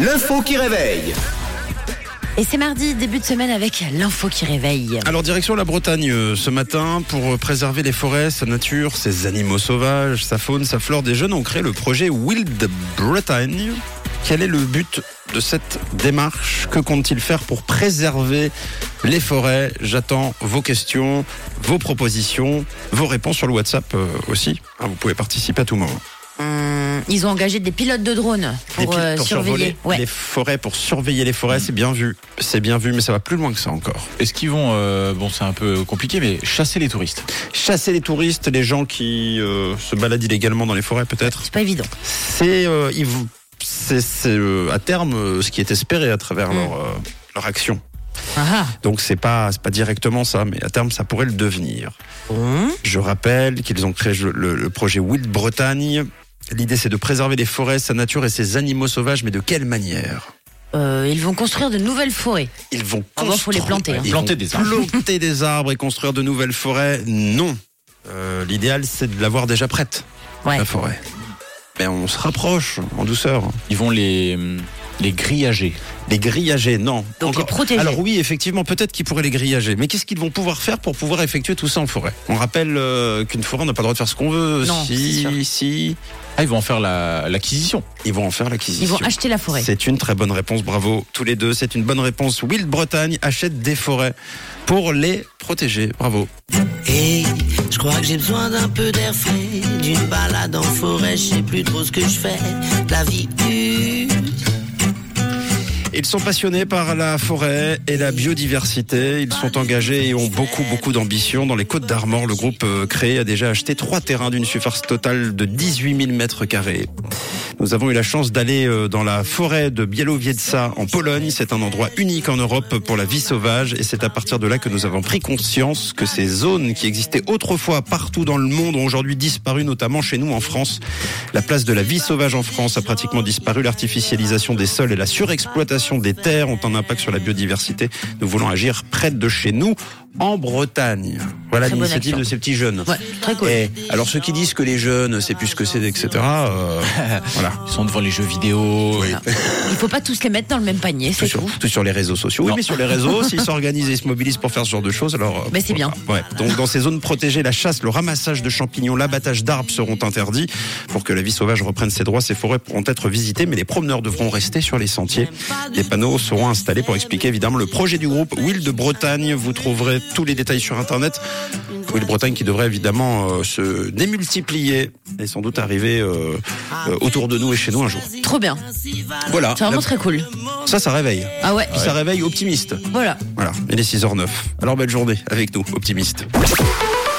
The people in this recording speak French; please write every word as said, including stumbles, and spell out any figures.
L'info qui réveille. Et c'est mardi, début de semaine avec l'info qui réveille. Alors direction la Bretagne euh, ce matin pour préserver les forêts, sa nature, ses animaux sauvages, sa faune, sa flore. Des jeunes ont créé le projet Wild Bretagne. Quel est le but de cette démarche? Que compte-t-il faire pour préserver les forêts? J'attends vos questions, vos propositions, vos réponses sur le WhatsApp euh, aussi. Ah, vous pouvez participer à tout moment. Hum, ils ont engagé des pilotes de drones pour, Des pilotes euh, pour surveiller survoler les forêts, pour surveiller les forêts, c'est bien vu. C'est bien vu, mais ça va plus loin que ça encore. Est-ce qu'ils vont, euh, bon c'est un peu compliqué, mais chasser les touristes? Chasser les touristes, les gens qui euh, se baladent illégalement dans les forêts peut-être. C'est pas évident. C'est, euh, ils vous- c'est, c'est euh, à terme euh, ce qui est espéré à travers Mm. leur, euh, leur action. Ah ah. Donc c'est pas, c'est pas directement ça, mais à terme ça pourrait le devenir. Bon. Je rappelle qu'ils ont créé le, le projet Wild Bretagne. L'idée c'est de préserver les forêts, sa nature et ses animaux sauvages, mais de quelle manière? Euh, ils vont construire de nouvelles forêts. Ils vont Ah bon, faut les planter, hein. Ils Planter vont des arbres. planter des arbres et construire de nouvelles forêts. Non. Euh, l'idéal c'est de l'avoir déjà prête, Ouais. la forêt. Mais on se rapproche en douceur. Ils vont les, les grillager. Les grillager, non. Donc les protéger. Alors oui, effectivement, peut-être qu'ils pourraient les grillager. Mais qu'est-ce qu'ils vont pouvoir faire pour pouvoir effectuer tout ça en forêt? On rappelle euh, qu'une forêt, on n'a pas le droit de faire ce qu'on veut. Non, c'est sûr. si, si, Ah, ils vont en faire la, l'acquisition. ils vont en faire l'acquisition. Ils vont acheter la forêt. C'est une très bonne réponse, bravo tous les deux. C'est une bonne réponse. Wild Bretagne achète des forêts pour les protéger. Bravo. Hey, je crois que j'ai besoin d'un peu d'air frais, d'une balade en forêt, je sais plus trop ce que je fais, la vie dure. Ils sont passionnés par la forêt et la biodiversité. Ils sont engagés et ont beaucoup, beaucoup d'ambition. Dans les Côtes d'Armor, le groupe euh, créé a déjà acheté trois terrains d'une surface totale de dix-huit mille mètres carrés. Nous avons eu la chance d'aller euh, dans la forêt de Białowieża en Pologne. C'est un endroit unique en Europe pour la vie sauvage et c'est à partir de là que nous avons pris conscience que ces zones qui existaient autrefois partout dans le monde ont aujourd'hui disparu, notamment chez nous en France. La place de la vie sauvage en France a pratiquement disparu. L'artificialisation des sols et la surexploitation des terres ont un impact sur la biodiversité. Nous voulons agir près de chez nous, en Bretagne. Voilà Très bonne l'initiative action. de ces petits jeunes. Ouais, très cool. Et alors ceux qui disent que les jeunes, c'est plus ce que c'est, et cetera. Euh, voilà. Ils sont devant les jeux vidéo. Il faut pas tous les mettre dans le même panier, Tout c'est sur, tout. tout sur les réseaux sociaux. Oui, Non. mais sur les réseaux, s'ils s'organisent et se mobilisent pour faire ce genre de choses, alors. euh, Ben, c'est bien. Ouais. Donc, dans ces zones protégées, la chasse, le ramassage de champignons, l'abattage d'arbres seront interdits. Pour que la vie sauvage reprenne ses droits, ces forêts pourront être visitées, mais les promeneurs devront rester sur les sentiers. Des panneaux seront installés pour expliquer évidemment le projet du groupe Wild Bretagne. Vous trouverez tous les détails sur Internet. Wild Bretagne qui devrait évidemment euh, se démultiplier et sans doute arriver euh, euh, autour de nous et chez nous un jour. Trop bien. Voilà. C'est vraiment La- très cool. Ça, ça réveille. Ah ouais. Puis ça réveille optimiste. Voilà. Voilà, il est six heures neuf. Alors belle journée avec nous, optimiste.